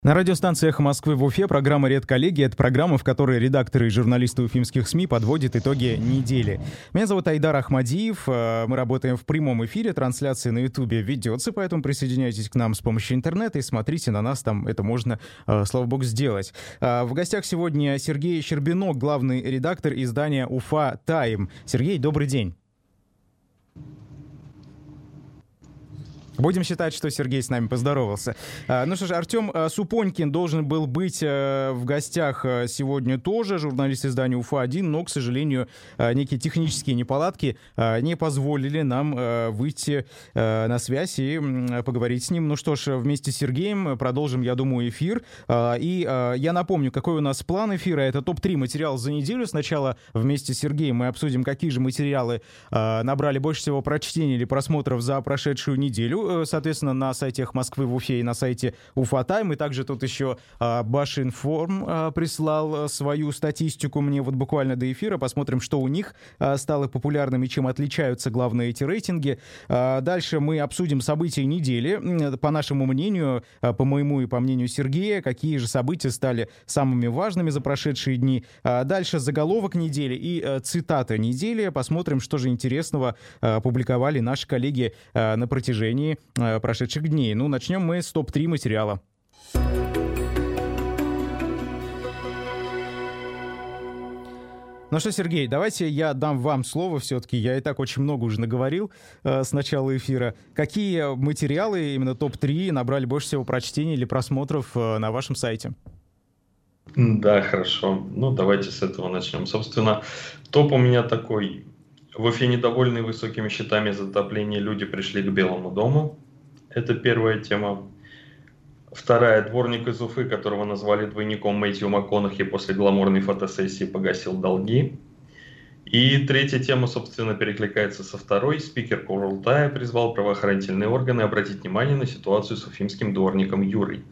На радиостанции «Эхо Москвы» в Уфе программа «Редколлегия». Это программа, в которой редакторы и журналисты уфимских СМИ подводят итоги недели. Меня зовут Айдар Ахмадиев. Мы работаем в прямом эфире. Трансляция на Ютубе ведется, поэтому присоединяйтесь к нам с помощью интернета и смотрите на нас. Там это можно, слава богу, сделать. В гостях сегодня Сергей Щербинок, главный редактор издания «Уфа Тайм». Сергей, добрый день. Будем считать, что Сергей с нами поздоровался. Ну что ж, Артем Супонькин должен был быть в гостях сегодня тоже, журналист издания «Уфа-1», но, к сожалению, некие технические неполадки не позволили нам выйти на связь и поговорить с ним. Ну что ж, вместе с Сергеем продолжим, я думаю, эфир. И я напомню, какой у нас план эфира. Это топ-3 материала за неделю. Сначала вместе с Сергеем мы обсудим, какие же материалы набрали больше всего прочтений или просмотров за прошедшую неделю. Соответственно, на сайте «Эхо Москвы» в Уфе и на сайте «Уфа Тайм». И также тут еще Башинформ прислал свою статистику мне вот буквально до эфира. Посмотрим, что у них стало популярным и чем отличаются главные эти рейтинги. Дальше мы обсудим события недели. По нашему мнению, по моему и по мнению Сергея, какие же события стали самыми важными за прошедшие дни. Дальше заголовок недели и цитата недели. Посмотрим, что же интересного публиковали наши коллеги на протяжении прошедших дней. Ну, начнем мы с топ-3 материала. Ну что, Сергей, давайте я дам вам слово все-таки. Я и так очень много уже наговорил с начала эфира. Какие материалы, именно топ-3, набрали больше всего прочтений или просмотров на вашем сайте? Да, хорошо. Ну, давайте с этого начнем. Собственно, топ у меня такой. В Уфе недовольные высокими счетами за отопление люди пришли к Белому дому. Это первая тема. Вторая. Дворник из Уфы, которого назвали двойником Мэтью МакКонахи, после гламурной фотосессии погасил долги. И третья тема, собственно, перекликается со второй. Спикер Курултая призвал правоохранительные органы обратить внимание на ситуацию с уфимским дворником Юрой.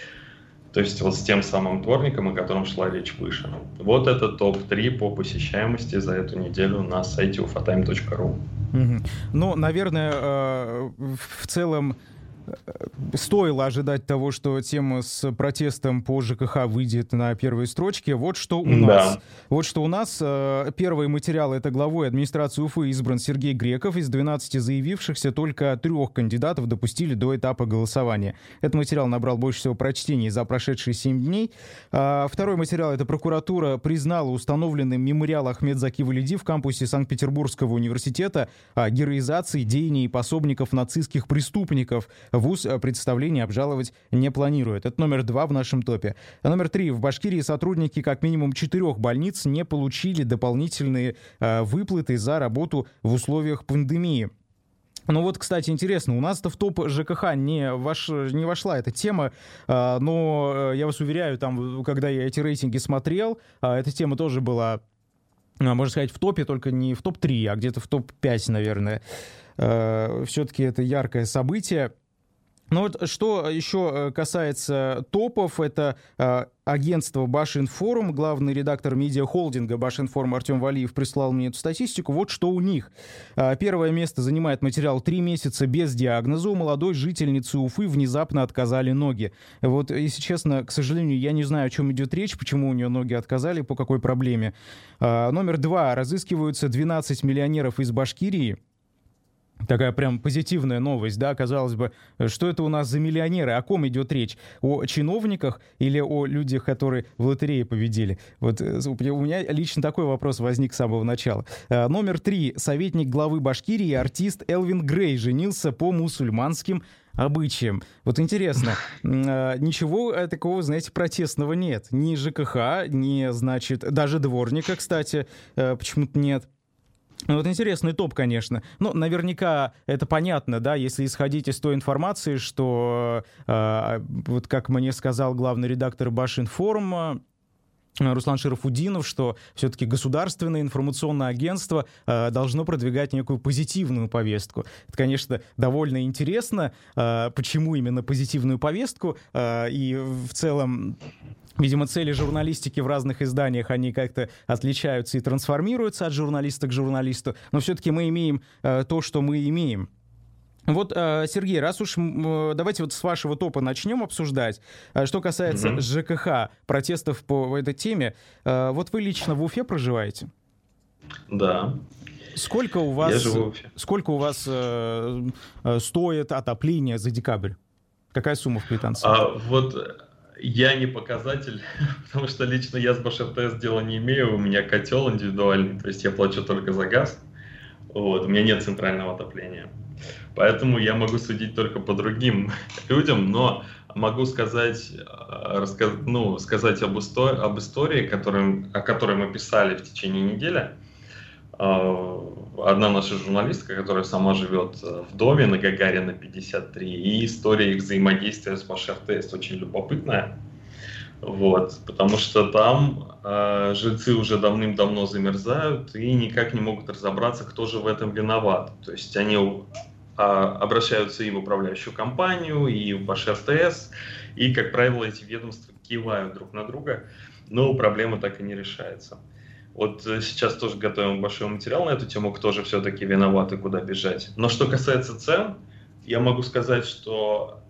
То есть вот с тем самым дворником, о котором шла речь выше. Вот это топ-3 по посещаемости за эту неделю на сайте ufatime.ru. Ну, наверное, в целом стоило ожидать того, что тема с протестом по ЖКХ выйдет на первой строчке. Вот что у нас. Да. Вот что у нас. Первый материал — это главой администрации Уфы избран Сергей Греков. Из 12 заявившихся только 3 кандидатов допустили до этапа голосования. Этот материал набрал больше всего прочтений за прошедшие 7 дней. Второй материал — это прокуратура признала установленным мемориал Ахмед Заки Валиди в кампусе Санкт-Петербургского университета о героизации деяний пособников нацистских преступников. ВУЗ представление обжаловать не планирует. Это номер 2 в нашем топе. Номер 3. В Башкирии сотрудники как минимум 4 больниц не получили дополнительные выплаты за работу в условиях пандемии. Ну вот, кстати, интересно, у нас-то в топ ЖКХ не вошла эта тема, но я вас уверяю, там, когда я эти рейтинги смотрел, эта тема тоже была, можно сказать, в топе, только не в топ-3, а где-то в топ-5, наверное. Все-таки это яркое событие. Ну вот что еще касается топов, это агентство Башинформ, главный редактор медиахолдинга Башинформ Артем Валиев прислал мне эту статистику. Вот что у них. Первое место занимает материал «3 месяца без диагноза. У молодой жительницы Уфы внезапно отказали ноги». Вот, если честно, к сожалению, я не знаю, о чем идет речь, почему у нее ноги отказали, по какой проблеме. Номер 2. Разыскиваются 12 миллионеров из Башкирии. Такая прям позитивная новость, да, казалось бы, что это у нас за миллионеры, о ком идет речь? О чиновниках или о людях, которые в лотерее победили? Вот у меня лично такой вопрос возник с самого начала. Номер 3. Советник главы Башкирии, артист Элвин Грей, женился по мусульманским обычаям. Вот интересно, ничего такого, знаете, протестного нет. Ни ЖКХ, ни, значит, даже дворника, кстати, почему-то нет. Ну, вот интересный топ, конечно. Ну, наверняка это понятно, да, если исходить из той информации, что, вот как мне сказал главный редактор Башинформ, Руслан Шарафудинов, что все-таки государственное информационное агентство должно продвигать некую позитивную повестку. Это, конечно, довольно интересно, почему именно позитивную повестку, и в целом, видимо, цели журналистики в разных изданиях, они как-то отличаются и трансформируются от журналиста к журналисту, но все-таки мы имеем то, что мы имеем. Вот, Сергей, раз уж давайте вот с вашего топа начнем обсуждать. Что касается ЖКХ, протестов по этой теме, вот вы лично в Уфе проживаете? Да. Сколько у вас, я живу в Уфе. сколько у вас стоит отопление за декабрь? Какая сумма в квитанции? Вот я не показатель, потому что лично я с Башар-ТС дела не имею, у меня котел индивидуальный, то есть я плачу только за газ, вот, у меня нет центрального отопления. Поэтому я могу судить только по другим людям, но могу сказать, сказать об истории, о которой мы писали в течение недели. Одна наша журналистка, которая сама живет в доме на Гагарина 53, и история их взаимодействия с Башар-ТС очень любопытная. Вот, потому что там жильцы уже давным-давно замерзают и никак не могут разобраться, кто же в этом виноват. То есть они обращаются и в управляющую компанию, и в Башар-ТС, и, как правило, эти ведомства кивают друг на друга, но проблема так и не решается. Вот сейчас тоже готовим большой материал на эту тему, кто же все-таки виноват и куда бежать. Но что касается цен, я могу сказать, что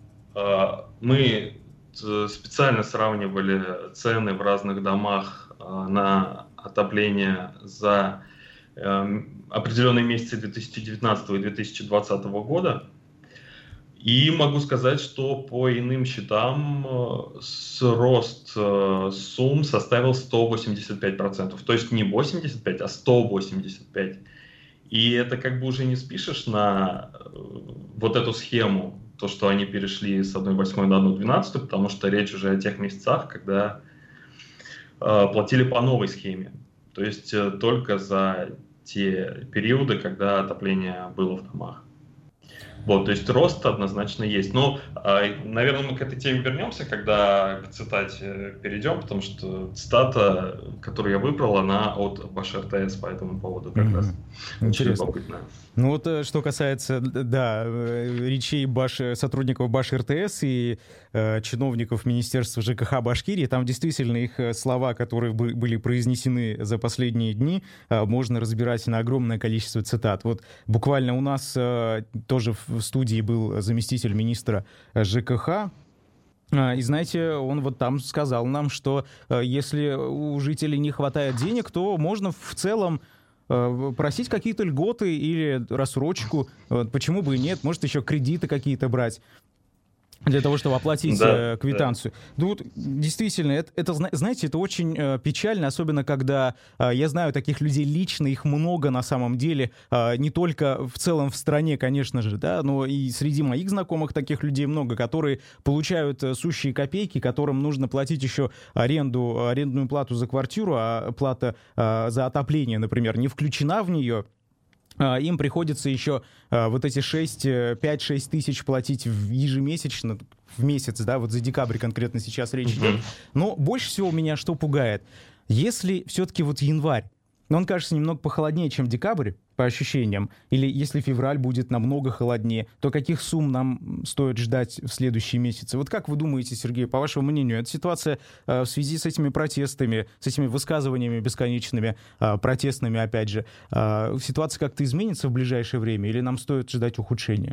мы специально сравнивали цены в разных домах на отопление за определенные месяцы 2019 и 2020 года. И могу сказать, что по иным счетам рост сумм составил 185%. То есть не 85, а 185. И это как бы уже не спишешь на вот эту схему, то, что они перешли с 1,8 на 1,12, потому что речь уже о тех месяцах, когда платили по новой схеме. То есть только за те периоды, когда отопление было в домах. Вот, то есть рост однозначно есть. Но, наверное, мы к этой теме вернемся, когда к цитате перейдем, потому что цитата, которую я выбрал, она от Башар-ТС по этому поводу как раз. Интересно. Очень любопытно. Ну вот, что касается, да, речей сотрудников Башар-ТС и чиновников Министерства ЖКХ Башкирии, там действительно их слова, которые были произнесены за последние дни, можно разбирать на огромное количество цитат. Вот буквально у нас тоже в студии был заместитель министра ЖКХ, и знаете, он вот там сказал нам, что если у жителей не хватает денег, то можно в целом просить какие-то льготы или рассрочку. Почему бы и нет? Может, еще кредиты какие-то брать для того, чтобы оплатить квитанцию. Да. Ну, вот, действительно, это, знаете, это очень печально, особенно когда я знаю таких людей лично, их много на самом деле, не только в целом в стране, конечно же, да, но и среди моих знакомых таких людей много, которые получают сущие копейки, которым нужно платить еще арендную плату за квартиру, а плата за отопление, например, не включена в нее. Им приходится еще вот эти 5-6 тысяч платить ежемесячно, в месяц, да, вот за декабрь конкретно сейчас речь идет. Но больше всего меня что пугает, если все-таки вот январь, но он кажется немного похолоднее, чем декабрь, по ощущениям, или если февраль будет намного холоднее, то каких сумм нам стоит ждать в следующие месяцы? Вот как вы думаете, Сергей, по вашему мнению, эта ситуация в связи с этими протестами, с этими высказываниями бесконечными, протестными, опять же, ситуация как-то изменится в ближайшее время, или нам стоит ждать ухудшения?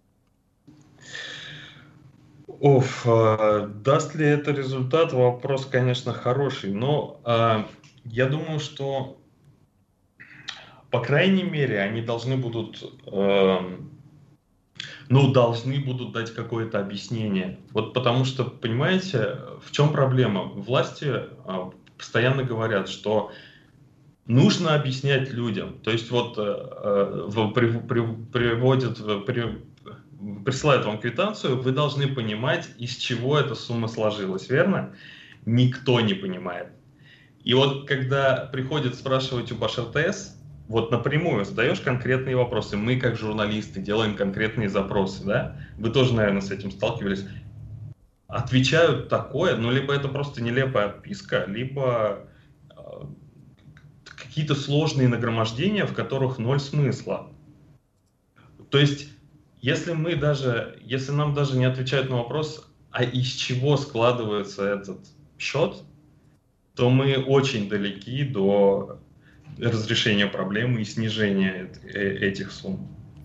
Даст ли это результат? Вопрос, конечно, хороший, но я думаю, что по крайней мере, они должны будут дать какое-то объяснение. Вот потому что, понимаете, в чем проблема? Власти постоянно говорят, что нужно объяснять людям. То есть вот присылают вам квитанцию, вы должны понимать, из чего эта сумма сложилась, верно? Никто не понимает. И вот когда приходят спрашивать у Башар-ТС, вот напрямую задаешь конкретные вопросы. Мы, как журналисты, делаем конкретные запросы, да? Вы тоже, наверное, с этим сталкивались. Отвечают такое, но либо это просто нелепая отписка, либо какие-то сложные нагромождения, в которых ноль смысла. То есть, если нам даже не отвечают на вопрос, а из чего складывается этот счет, то мы очень далеки до разрешения проблемы и снижения этих сумм.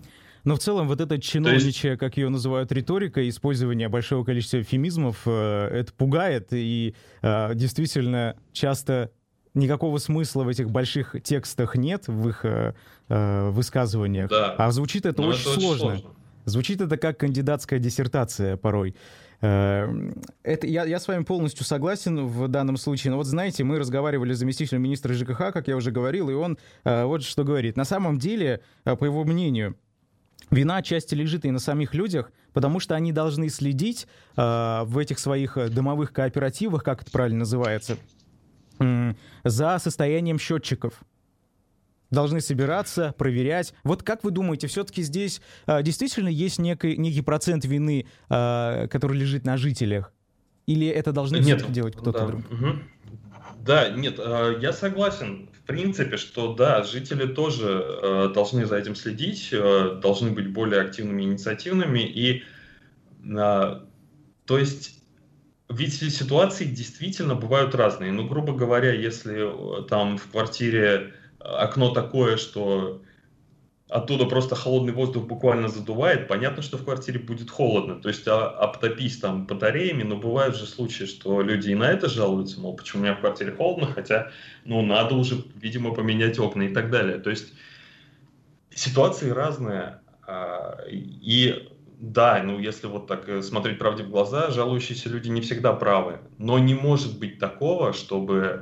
Но в целом вот эта чиновничья, как ее называют, риторика, использование большого количества эвфемизмов, это пугает, и действительно часто никакого смысла в этих больших текстах нет, в их высказываниях, Да, а звучит это но очень это очень сложно. сложно. Звучит это как кандидатская диссертация порой. Я с вами полностью согласен в данном случае. Но вот знаете, мы разговаривали с заместителем министра ЖКХ, как я уже говорил, и он вот что говорит. На самом деле, по его мнению, вина отчасти лежит и на самих людях, потому что они должны следить в этих своих домовых кооперативах, как это правильно называется, за состоянием счетчиков. Должны собираться, проверять. Вот как вы думаете, все-таки здесь действительно есть некий процент вины, который лежит на жителях? Или это должны все-таки делать кто-то другой? Да, нет, я согласен, в принципе, что да, жители тоже должны за этим следить, должны быть более активными, инициативными. И, то есть, ведь ситуации действительно бывают разные. Ну, грубо говоря, если там в квартире окно такое, что оттуда просто холодный воздух буквально задувает, понятно, что в квартире будет холодно. То есть обтопись там батареями, но бывают же случаи, что люди и на это жалуются, мол, почему у меня в квартире холодно, хотя, ну, надо уже, видимо, поменять окна и так далее. То есть ситуации разные. И да, ну, если вот так смотреть правде в глаза, жалующиеся люди не всегда правы. Но не может быть такого, чтобы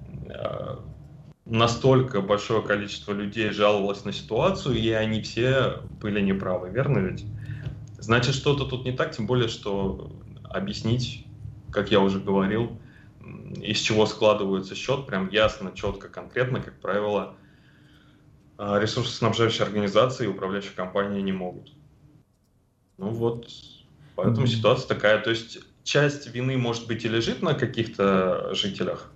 настолько большое количество людей жаловалось на ситуацию, и они все были неправы, верно ведь? Значит, что-то тут не так, тем более, что объяснить, как я уже говорил, из чего складывается счет, прям ясно, четко, конкретно, как правило, ресурсоснабжающие организации и управляющие компании не могут. Ну вот, поэтому ситуация такая. То есть часть вины, может быть, и лежит на каких-то жителях,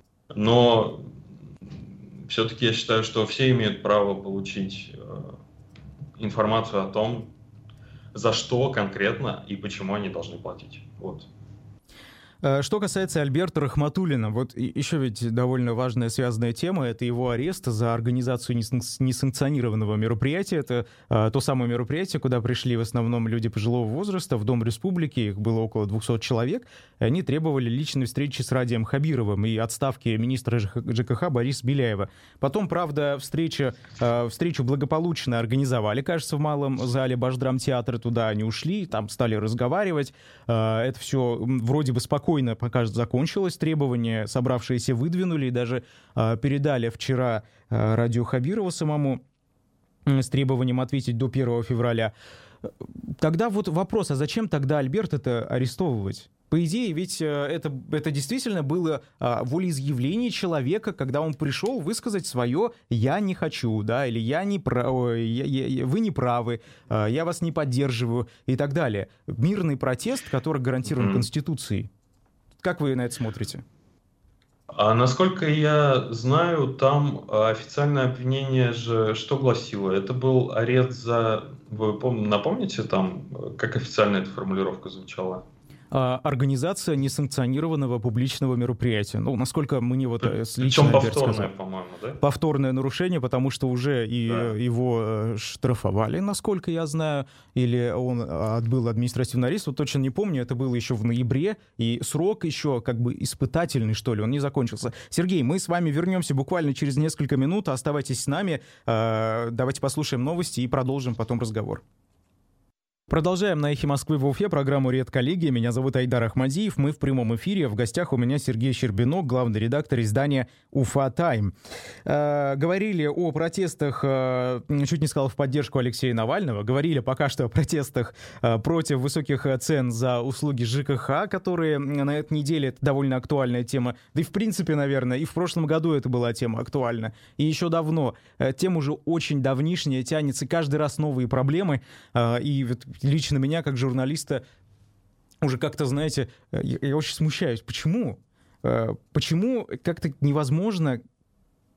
но все-таки я считаю, что все имеют право получить информацию о том, за что конкретно и почему они должны платить. Вот. Что касается Альберта Рахматуллина, вот еще ведь довольно важная связанная тема — это его арест за организацию несанкционированного мероприятия. Это то самое мероприятие, куда пришли в основном люди пожилого возраста в Дом Республики, их было около 200 человек, и они требовали личной встречи с Радием Хабировым и отставки министра ЖКХ Бориса Беляева. Потом, правда, встречу благополучно организовали, кажется, в малом зале Башдрамтеатра, туда они ушли, там стали разговаривать, это все вроде бы спокойно пока закончилось, требования собравшиеся выдвинули и даже передали вчера Радио Хабирова самому с требованием ответить до 1 февраля. Тогда вот вопрос, а зачем тогда Альберта это арестовывать? По идее, ведь это действительно было волеизъявление человека, когда он пришел высказать свое «я не хочу», да, или «вы не правы», «я вас не поддерживаю» и так далее. Мирный протест, который гарантирован Конституцией. Как вы на это смотрите? Насколько я знаю, там официальное обвинение же что гласило? Это был арест за... Вы напомните там, как официально эта формулировка звучала? Организация несанкционированного публичного мероприятия. Ну, насколько мне вот лично Причем Альберт повторное, сказал. по-моему, да? Повторное нарушение, потому что уже его штрафовали, насколько я знаю, или он отбыл административный арест, вот точно не помню, это было еще в ноябре, и срок еще как бы испытательный, что ли, он не закончился. Сергей, мы с вами вернемся буквально через несколько минут, оставайтесь с нами, давайте послушаем новости и продолжим потом разговор. Продолжаем на «Эхе Москвы» в Уфе программу «Редколлегия». Меня зовут Айдар Ахмадиев. Мы в прямом эфире. В гостях у меня Сергей Щербинок, главный редактор издания «Уфа Тайм». Говорили о протестах, чуть не сказал, в поддержку Алексея Навального. Говорили пока что о протестах против высоких цен за услуги ЖКХ, которые на этой неделе, это довольно актуальная тема. Да и в принципе, наверное, и в прошлом году это была тема актуальна. И еще давно. Тема уже очень давнишняя, тянется каждый раз новые проблемы. И вот лично меня, как журналиста, уже как-то, знаете, я очень смущаюсь. Почему? Почему как-то невозможно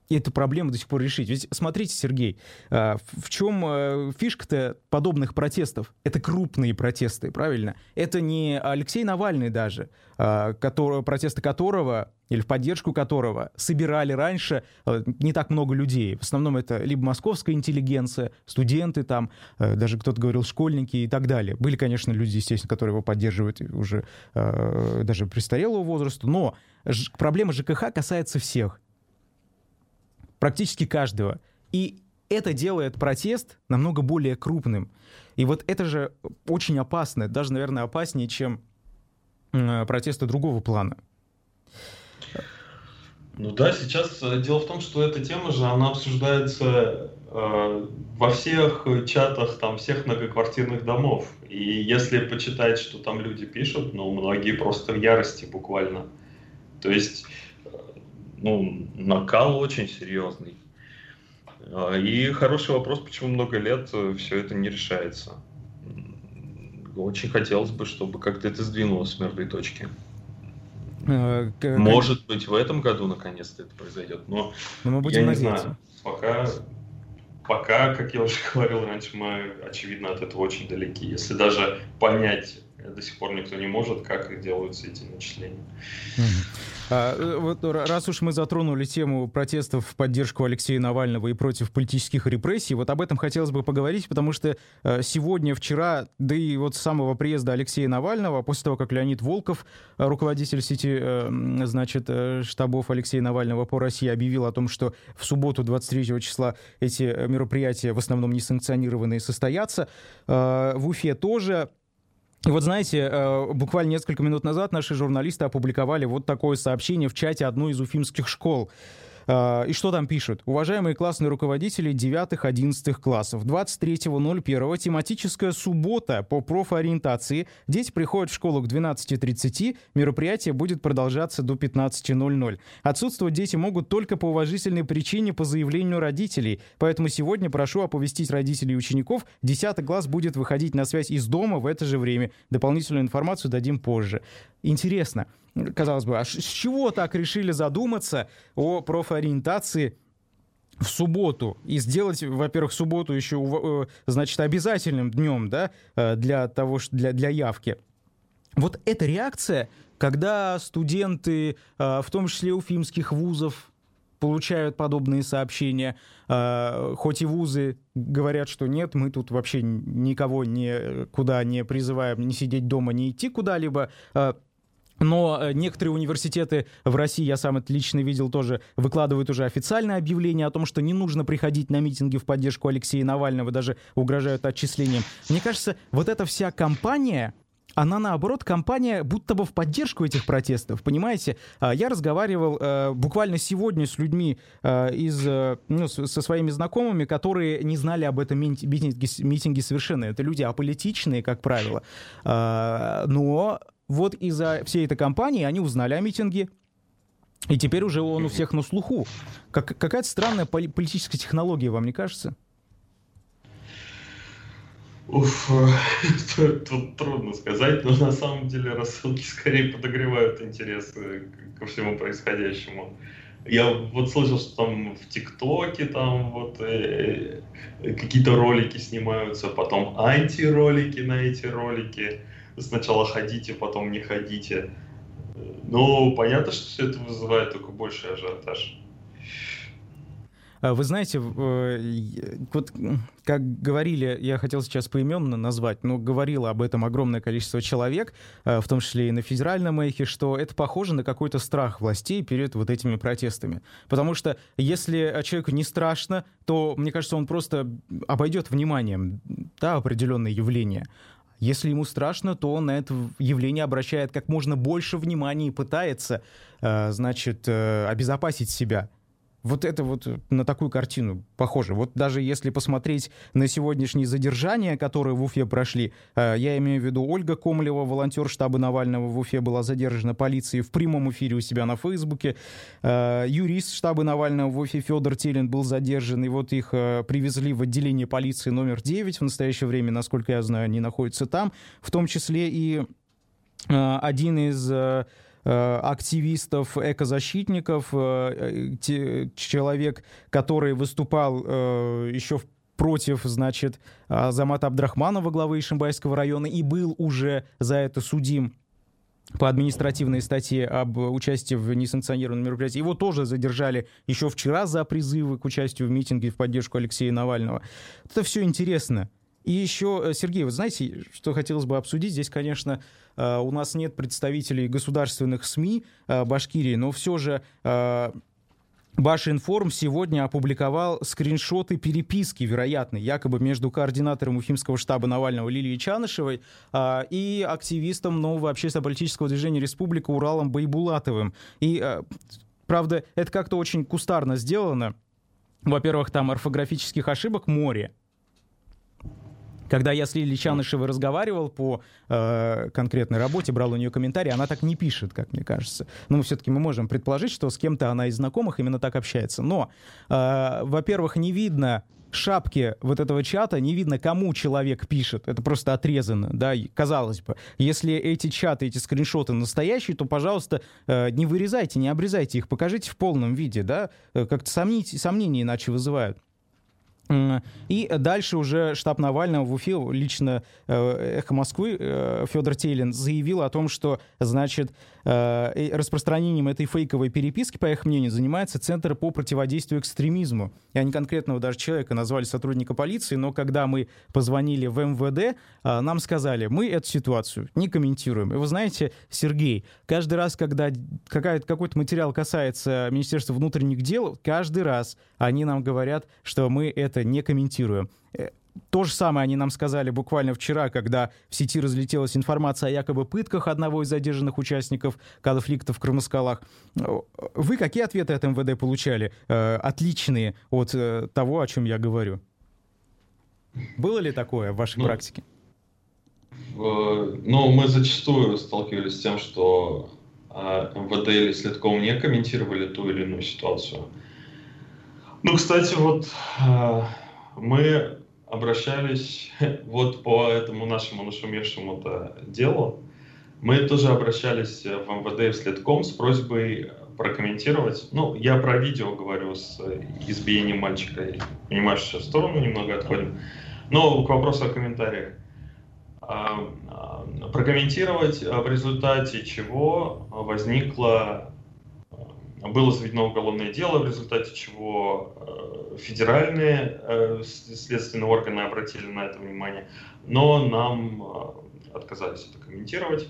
эту проблему до сих пор решить. Ведь смотрите, Сергей, в чем фишка-то подобных протестов? Это крупные протесты, правильно? Это не Алексей Навальный даже, протесты которого или в поддержку которого собирали раньше не так много людей. В основном это либо московская интеллигенция, студенты там, даже кто-то говорил школьники и так далее. Были, конечно, люди, естественно, которые его поддерживают уже даже престарелого возраста, но проблема ЖКХ касается всех. Практически каждого. И это делает протест намного более крупным. И вот это же очень опасно, даже, наверное, опаснее, чем протесты другого плана. Ну да, сейчас дело в том, что эта тема же, она обсуждается во всех чатах там всех многоквартирных домов. И если почитать, что там люди пишут, ну, многие просто в ярости буквально. То есть, ну, накал очень серьезный. И хороший вопрос, почему много лет все это не решается. Очень хотелось бы, чтобы как-то это сдвинулось с мертвой точки. Может быть, в этом году наконец-то это произойдет, но мы будем я надеяться. Не знаю. Пока, как я уже говорил раньше, мы, очевидно, от этого очень далеки. Если даже понять до сих пор никто не может, как делаются эти начисления. Вот раз уж мы затронули тему протестов в поддержку Алексея Навального и против политических репрессий, вот об этом хотелось бы поговорить, потому что сегодня, вчера, да и вот с самого приезда Алексея Навального, после того, как Леонид Волков, руководитель сети, значит, штабов Алексея Навального по России, объявил о том, что в субботу, 23 числа, эти мероприятия, в основном несанкционированные, состоятся. В Уфе тоже. И вот знаете, буквально несколько минут назад наши журналисты опубликовали вот такое сообщение в чате одной из уфимских школ. И что там пишут? Уважаемые классные руководители 9-11 классов, 23.01 тематическая суббота по профориентации. Дети приходят в школу к 12:30, мероприятие будет продолжаться до 15:00. Отсутствовать дети могут только по уважительной причине по заявлению родителей. Поэтому сегодня прошу оповестить родителей и учеников. 10 класс будет выходить на связь из дома в это же время. Дополнительную информацию дадим позже. Интересно. Казалось бы, а с чего так решили задуматься о профориентации в субботу и сделать, во-первых, субботу еще, значит, обязательным днем, да, для явки? Вот эта реакция, когда студенты, в том числе уфимских вузов, получают подобные сообщения, хоть и вузы говорят, что нет, мы тут вообще никого никуда не призываем не сидеть дома, не идти куда-либо. Но некоторые университеты в России, я сам это лично видел, тоже выкладывают уже официальное объявление о том, что не нужно приходить на митинги в поддержку Алексея Навального, даже угрожают отчислением. Мне кажется, вот эта вся кампания, она, наоборот, кампания будто бы в поддержку этих протестов, понимаете? Я разговаривал буквально сегодня с людьми со своими знакомыми, которые не знали об этом митинге совершенно. Это люди аполитичные, как правило. Но вот из-за всей этой кампании они узнали о митинге, и теперь уже он у всех на слуху. Какая-то странная политическая технология, вам не кажется? Тут трудно сказать, но на самом деле рассылки скорее подогревают интерес ко всему происходящему. Я вот слышал, что там в ТикТоке там вот какие-то ролики снимаются, потом антиролики на эти ролики. Сначала ходите, потом не ходите. Ну, понятно, что все это вызывает только больший ажиотаж. Вы знаете, вот как говорили, я хотел сейчас поименно назвать, но говорило об этом огромное количество человек, в том числе и на федеральном эхе, что это похоже на какой-то страх властей перед вот этими протестами. Потому что если человеку не страшно, то, мне кажется, он просто обойдет вниманием, да, определенные явления. Если ему страшно, то он на это явление обращает как можно больше внимания и пытается, значит, обезопасить себя. Вот это вот на такую картину похоже. Вот даже если посмотреть на сегодняшние задержания, которые в Уфе прошли, я имею в виду Ольга Комлева, волонтер штаба Навального в Уфе, была задержана полицией в прямом эфире у себя на Фейсбуке. Юрист штаба Навального в Уфе Федор Телин был задержан, и вот их привезли в отделение полиции номер 9. В настоящее время, насколько я знаю, они находятся там. В том числе и один из активистов, экозащитников, человек, который выступал еще против, значит, Азамата Абдрахманова, главы Ишимбайского района, и был уже за это судим по административной статье об участии в несанкционированном мероприятии. Его тоже задержали еще вчера за призывы к участию в митинге в поддержку Алексея Навального. Это все интересно. И еще, Сергей, вы знаете, что хотелось бы обсудить? Здесь, конечно, у нас нет представителей государственных СМИ Башкирии, но все же Башинформ сегодня опубликовал скриншоты переписки, вероятно, якобы между координатором Уфимского штаба Навального Лилией Чанышевой и активистом нового общественно-политического движения «Республика» Уралом Байбулатовым. И, правда, это как-то очень кустарно сделано. Во-первых, там орфографических ошибок море. Когда я с Лилией Чанышевой разговаривал по конкретной работе, брал у нее комментарии, она так не пишет, как мне кажется. Но все-таки мы можем предположить, что с кем-то она из знакомых именно так общается. Но, во-первых, не видно шапки вот этого чата, не видно, кому человек пишет. Это просто отрезано, да, казалось бы. Если эти чаты, эти скриншоты настоящие, то, пожалуйста, не вырезайте, не обрезайте их, покажите в полном виде, да, как-то сомнения иначе вызывают. И дальше уже штаб Навального в Уфе, лично «Эхо Москвы» Федор Тейлин заявил о том, что, значит, распространением этой фейковой переписки, по их мнению, занимается Центр по противодействию экстремизму. И они конкретного даже человека назвали сотрудника полиции, но когда мы позвонили в МВД, нам сказали, мы эту ситуацию не комментируем. И вы знаете, Сергей, каждый раз, когда какой-то материал касается Министерства внутренних дел, каждый раз они нам говорят, что мы это не комментируем. То же самое они нам сказали буквально вчера, когда в сети разлетелась информация о якобы пытках одного из задержанных участников конфликта в Крымскалах. Вы какие ответы от МВД получали, отличные от того, о чем я говорю? Было ли такое в вашей практике? Мы зачастую сталкивались с тем, что МВД или Следком не комментировали ту или иную ситуацию. Кстати, мы обращались вот по этому нашему нашумевшему-то делу. Мы тоже обращались в МВД и в Следком с просьбой прокомментировать. Я про видео говорю с избиением мальчика. Я понимаю, что сейчас в сторону немного отходим. Но к вопросу о комментариях. Прокомментировать, в результате чего было заведено уголовное дело, в результате чего федеральные следственные органы обратили на это внимание, но нам отказались это комментировать.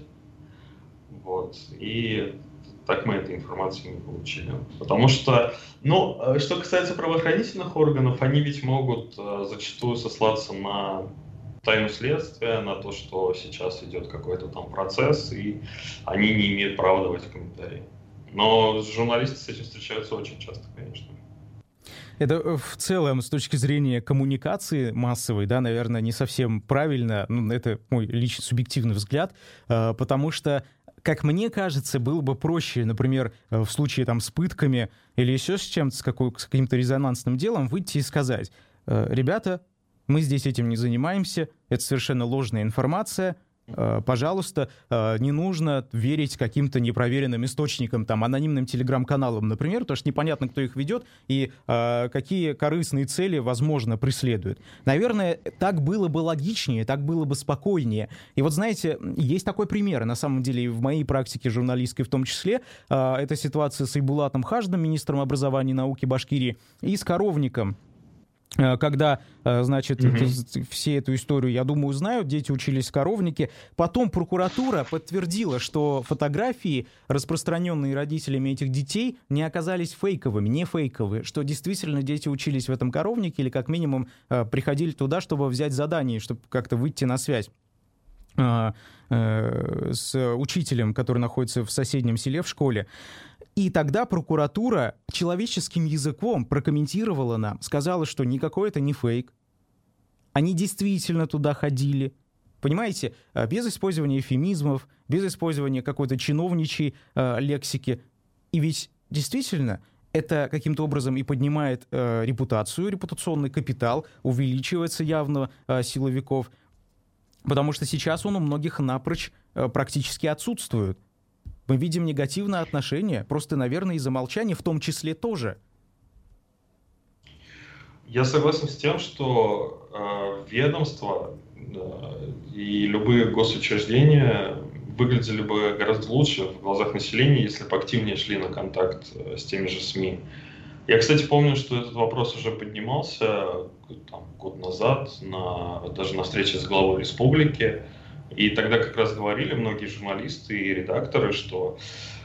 И так мы этой информации не получили. Потому что, что касается правоохранительных органов, они ведь могут зачастую сослаться на тайну следствия, на то, что сейчас идет какой-то там процесс, и они не имеют права давать комментарии. Но журналисты с этим встречаются очень часто, конечно. Это в целом, с точки зрения коммуникации массовой, да, наверное, не совсем правильно. Это мой личный субъективный взгляд, потому что, как мне кажется, было бы проще, например, в случае там с пытками или еще с чем-то, с каким-то резонансным делом выйти и сказать: ребята, мы здесь этим не занимаемся, это совершенно ложная информация, пожалуйста, не нужно верить каким-то непроверенным источникам, там, анонимным телеграм-каналам, например, потому что непонятно, кто их ведет и какие корыстные цели, возможно, преследуют. Наверное, так было бы логичнее, так было бы спокойнее. И вот, знаете, есть такой пример, на самом деле, и в моей практике журналистской в том числе, это ситуация с Айбулатом Хаждом, министром образования и науки Башкирии, и с Коровником. Когда, значит, все эту историю, я думаю, знают, дети учились в Коровнике. Потом прокуратура подтвердила, что фотографии, распространенные родителями этих детей, не оказались фейковыми, не фейковые, что действительно дети учились в этом Коровнике или как минимум приходили туда, чтобы взять задание, чтобы как-то выйти на связь с учителем, который находится в соседнем селе в школе. И тогда прокуратура человеческим языком прокомментировала нам, сказала, что никакой это не фейк. Они действительно туда ходили. Понимаете, без использования эвфемизмов, без использования какой-то чиновничьей лексики. И ведь действительно это каким-то образом и поднимает репутацию, репутационный капитал, увеличивается явно силовиков. Потому что сейчас он у многих напрочь практически отсутствует. Мы видим негативное отношение, просто, наверное, из-за молчания в том числе тоже. Я согласен с тем, что ведомства и любые госучреждения выглядели бы гораздо лучше в глазах населения, если бы активнее шли на контакт с теми же СМИ. Я, кстати, помню, что этот вопрос уже поднимался год назад, даже на встрече с главой республики. И тогда как раз говорили многие журналисты и редакторы, что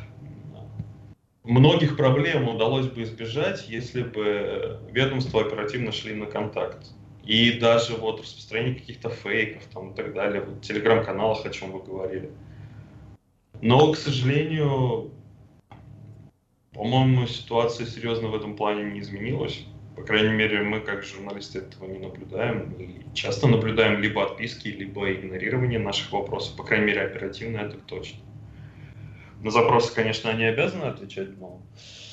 многих проблем удалось бы избежать, если бы ведомства оперативно шли на контакт. И даже вот распространение каких-то фейков и так далее, в телеграм-каналах, о чем вы говорили. Но, к сожалению, по-моему, ситуация серьезно в этом плане не изменилась. По крайней мере, мы как журналисты этого не наблюдаем. И часто наблюдаем либо отписки, либо игнорирование наших вопросов. По крайней мере, оперативно это точно. На запросы, конечно, они обязаны отвечать, но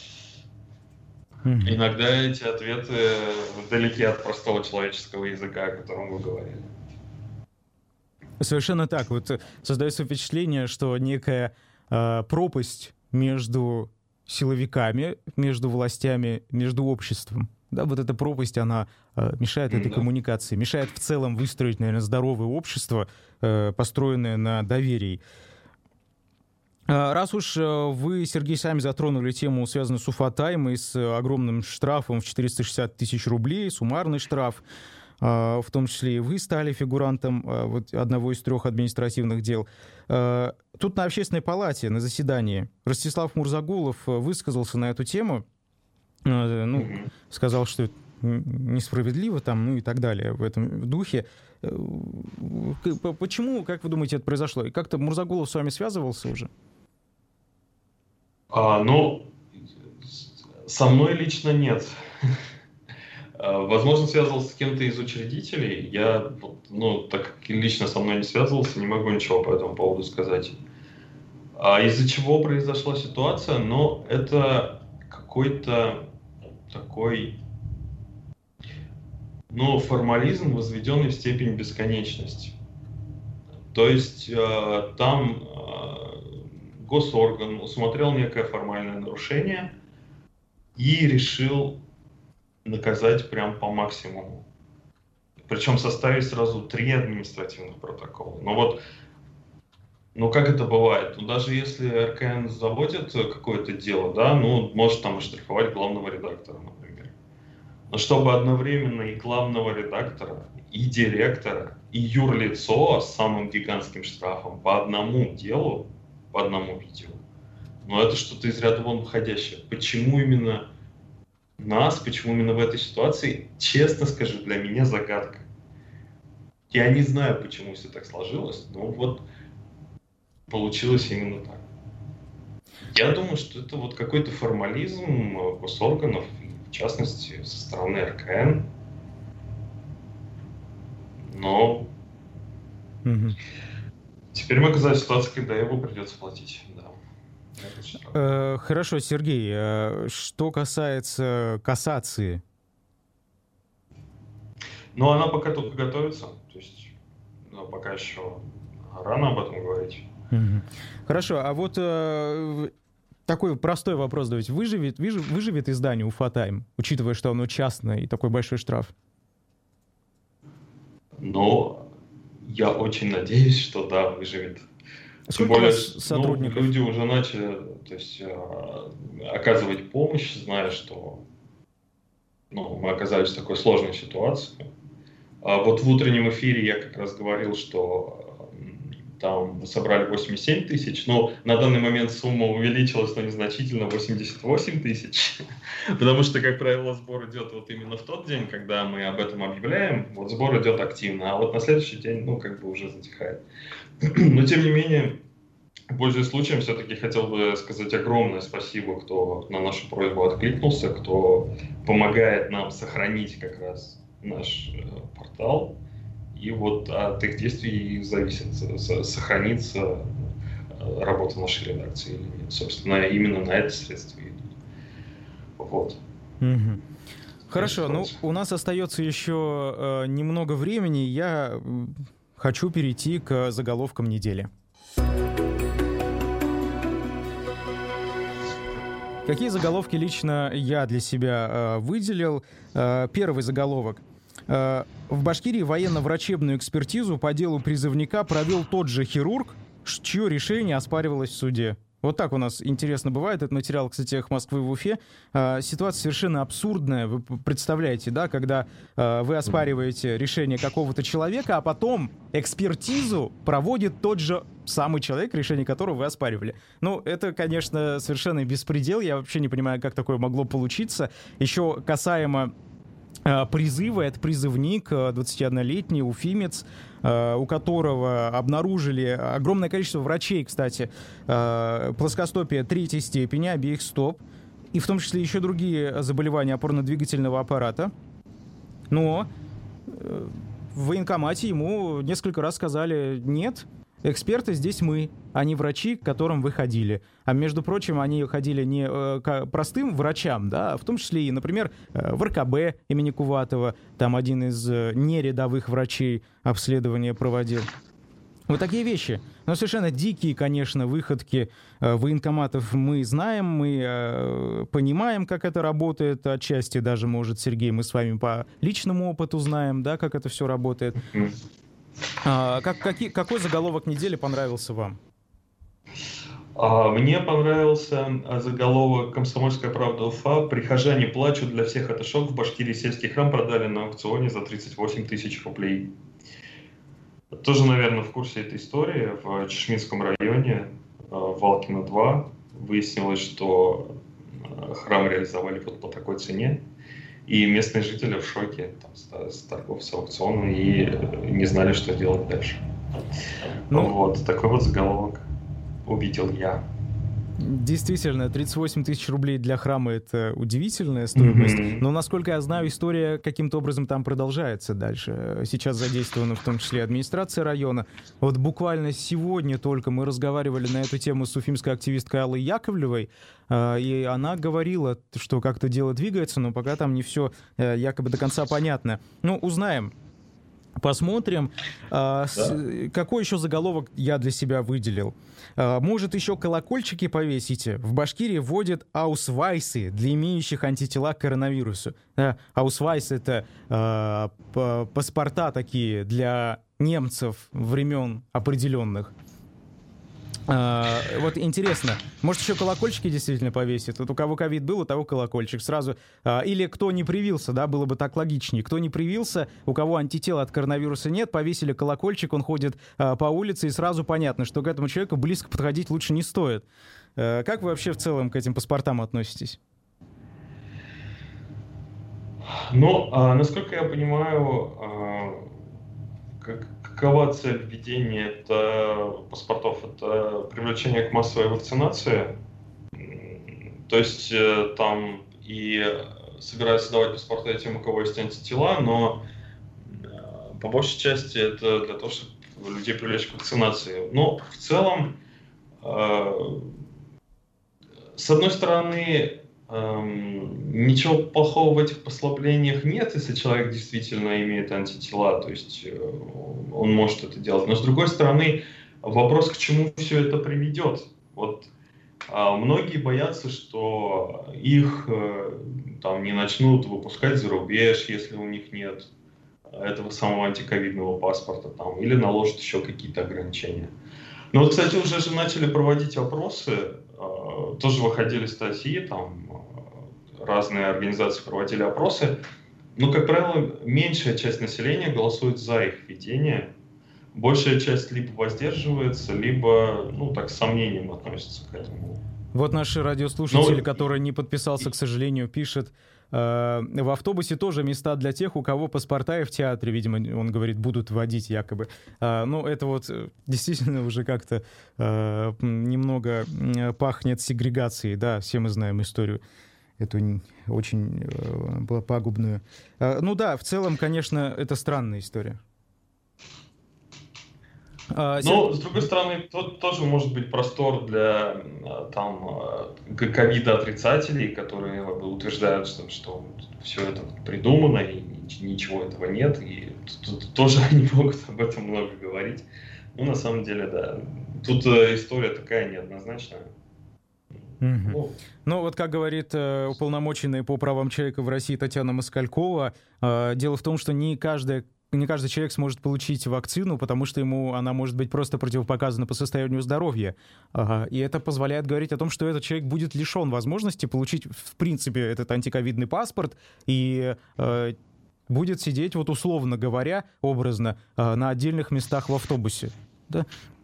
иногда эти ответы далеки от простого человеческого языка, о котором вы говорили. Совершенно так. Вот создается впечатление, что некая пропасть между силовиками, между властями, между обществом. Да, вот эта пропасть, она мешает этой коммуникации, мешает в целом выстроить, наверное, здоровое общество, построенное на доверии. Раз уж вы, Сергей, сами затронули тему, связанную с Уфатайм и с огромным штрафом в 460 тысяч рублей, суммарный штраф, в том числе и вы стали фигурантом одного из 3 административных дел. Тут на Общественной палате, на заседании, Ростислав Мурзагулов высказался на эту тему, сказал, что это несправедливо, и так далее в этом духе. Почему, как вы думаете, это произошло? И как-то Мурзагулов с вами связывался уже? Со мной лично нет. Возможно, связывался с кем-то из учредителей. Я, так как лично со мной не связывался, не могу ничего по этому поводу сказать. Из-за чего произошла ситуация? Это какой-то такой, формализм, возведенный в степень бесконечности. То есть там госорган усмотрел некое формальное нарушение и решил наказать прям по максимуму. Причем составить сразу 3 административных протокола. Как это бывает? Даже если РКН заводит какое-то дело, может там оштрафовать главного редактора, например. Но чтобы одновременно и главного редактора, и директора, и юрлицо с самым гигантским штрафом по одному делу, по одному видео, это что-то из ряда вон выходящее. Почему именно нас, почему именно в этой ситуации, честно скажу, для меня загадка. Я не знаю, почему все так сложилось, но получилось именно так. Я думаю, что это какой-то формализм госорганов, в частности, со стороны РКН. Но теперь мы оказались в ситуации, когда его придется платить. Хорошо, Сергей, что касается кассации? Она пока только готовится, то есть пока еще рано об этом говорить. Хорошо, а такой простой вопрос, давайте. Выживет издание Уфатайм, учитывая, что оно частное и такой большой штраф? Я очень надеюсь, что да, выживет. Сколько Тем более, сотрудников? Люди уже начали оказывать помощь, зная, что мы оказались в такой сложной ситуации. В утреннем эфире я как раз говорил, что там собрали 87 тысяч, но на данный момент сумма увеличилась, но незначительно, 88 тысяч. Потому что, как правило, сбор идет именно в тот день, когда мы об этом объявляем, сбор идет активно, а на следующий день, уже затихает. Но, тем не менее, пользуясь случаем, все-таки хотел бы сказать огромное спасибо, кто на нашу просьбу откликнулся, кто помогает нам сохранить как раз наш портал. И от их действий зависит, сохранится работа нашей редакции или нет. Собственно, именно на это средства идут. Хорошо, у нас остается еще немного времени. Я хочу перейти к заголовкам недели. Какие заголовки лично я для себя выделил? Первый заголовок. В Башкирии военно-врачебную экспертизу по делу призывника провел тот же хирург, чье решение оспаривалось в суде. Вот так у нас интересно бывает. Этот материал, кстати, «Эхо Москвы» в Уфе. Ситуация совершенно абсурдная. Вы представляете, да, когда вы оспариваете решение какого-то человека, а потом экспертизу проводит тот же самый человек, решение которого вы оспаривали. Ну, это, конечно, совершенно беспредел. Я вообще не понимаю, как такое могло получиться. Еще касаемо призыва, это призывник, 21-летний уфимец, у которого обнаружили огромное количество врачей, кстати, плоскостопие третьей степени обеих стоп, и в том числе еще другие заболевания опорно-двигательного аппарата. Но в военкомате ему несколько раз сказали: нет, эксперты здесь мы, а не врачи, к которым вы ходили. А между прочим, они ходили не к простым врачам, да, а в том числе и, например, в РКБ имени Куватова. Там один из нерядовых врачей обследование проводил. Вот такие вещи. Но совершенно дикие, конечно, выходки военкоматов мы знаем, мы понимаем, как это работает. Отчасти даже, может, Сергей, мы с вами по личному опыту знаем, да, как это все работает. Какой заголовок недели понравился вам? Мне понравился заголовок «Комсомольская правда Уфа». Прихожане плачут, для всех это шок. В Башкирии сельский храм продали на аукционе за 38 тысяч рублей. Тоже, наверное, в курсе этой истории. В Чешминском районе, в Валкино-2, выяснилось, что храм реализовали вот по такой цене. И местные жители в шоке с торговцев аукциона и не знали, что делать дальше. Вот такой вот заголовок увидел я. Действительно, 38 тысяч рублей для храма — это удивительная стоимость. Но, насколько я знаю, история каким-то образом там продолжается дальше. Сейчас задействована в том числе администрация района. Вот буквально сегодня только мы разговаривали на эту тему с уфимской активисткой Аллой Яковлевой, и она говорила, что как-то дело двигается, но пока там не все якобы до конца понятно. Ну, узнаем. Посмотрим. Какой еще заголовок я для себя выделил? Может, еще колокольчики повесите? В Башкирии вводят аусвайсы для имеющих антитела к коронавирусу. Аусвайс — это паспорта такие для немцев времен определенных. Вот интересно, может, еще колокольчики действительно повесит? Вот у кого ковид был, у того колокольчик сразу. Или кто не привился, да, было бы так логичнее. Кто не привился, у кого антитела от коронавируса нет, повесили колокольчик, он ходит по улице, и сразу понятно, что к этому человеку близко подходить лучше не стоит. Как вы вообще в целом к этим паспортам относитесь? Ну, насколько я понимаю, какова цель введения паспортов? Это привлечение к массовой вакцинации. То есть там и собираются давать паспорта тем, у кого есть антитела, но по большей части это для того, чтобы людей привлечь к вакцинации. Но в целом, с одной стороны, ничего плохого в этих послаблениях нет, если человек действительно имеет антитела, то есть он может это делать. Но с другой стороны, вопрос, к чему все это приведет. Вот многие боятся, что их там не начнут выпускать за рубеж, если у них нет этого самого антиковидного паспорта, там, или наложат еще какие-то ограничения. Но вот, кстати, уже же начали проводить опросы, тоже выходили статьи, там разные организации проводили опросы, но, как правило, меньшая часть населения голосует за их введение, большая часть либо воздерживается, либо, ну, так, с сомнением относится к этому. Вот наш радиослушатель, который не подписался, к сожалению, пишет: в автобусе тоже места для тех, у кого паспорта, и в театре, видимо, он говорит, будут вводить якобы. Ну, это вот действительно уже как-то немного пахнет сегрегацией, да, все мы знаем историю эту очень пагубную. Ну да, в целом, конечно, это странная история. Но, с другой стороны, тут тоже может быть простор для там ковида-отрицателей, которые утверждают, что все это придумано и ничего этого нет. И тут тоже они могут об этом много говорить. Ну, на самом деле, да. Тут история такая неоднозначная. Мгм. Ну, Ну, вот как говорит уполномоченная по правам человека в России Татьяна Москалькова, дело в том, что не каждый человек сможет получить вакцину, потому что ему она может быть просто противопоказана по состоянию здоровья. И это позволяет говорить о том, что этот человек будет лишен возможности получить, в принципе, этот антиковидный паспорт и будет сидеть, вот условно говоря, образно, на отдельных местах в автобусе. Да?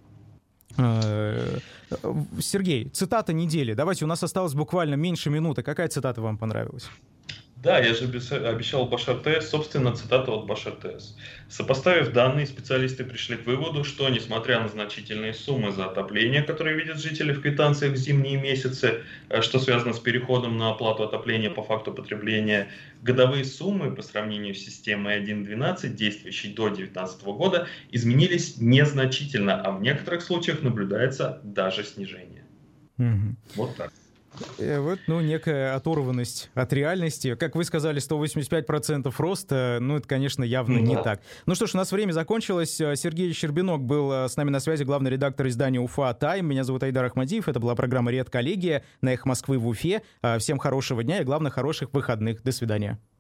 Э, Сергей, цитата недели. Давайте, у нас осталось буквально меньше минуты. Какая цитата вам понравилась? да, я же обещал Башар ТС, собственно, цитата от Башар ТС. Сопоставив данные, специалисты пришли к выводу, что, несмотря на значительные суммы за отопление, которые видят жители в квитанциях в зимние месяцы, что связано с переходом на оплату отопления по факту потребления, годовые суммы по сравнению с системой 1.12, действующей до 2019 года, изменились незначительно, а в некоторых случаях наблюдается даже снижение. Мгм. Вот так. Вот, ну, некая оторванность от реальности. Как вы сказали, 185% роста, ну, это, конечно, явно не Да. так. Ну что ж, у нас время закончилось. Сергей Щербинок был с нами на связи, главный редактор издания «Уфа Тайм». Меня зовут Айдар Ахмадиев. Это была программа «Редколлегия» на «Эхо Москвы» в Уфе. Всем хорошего дня и, главное, хороших выходных. До свидания.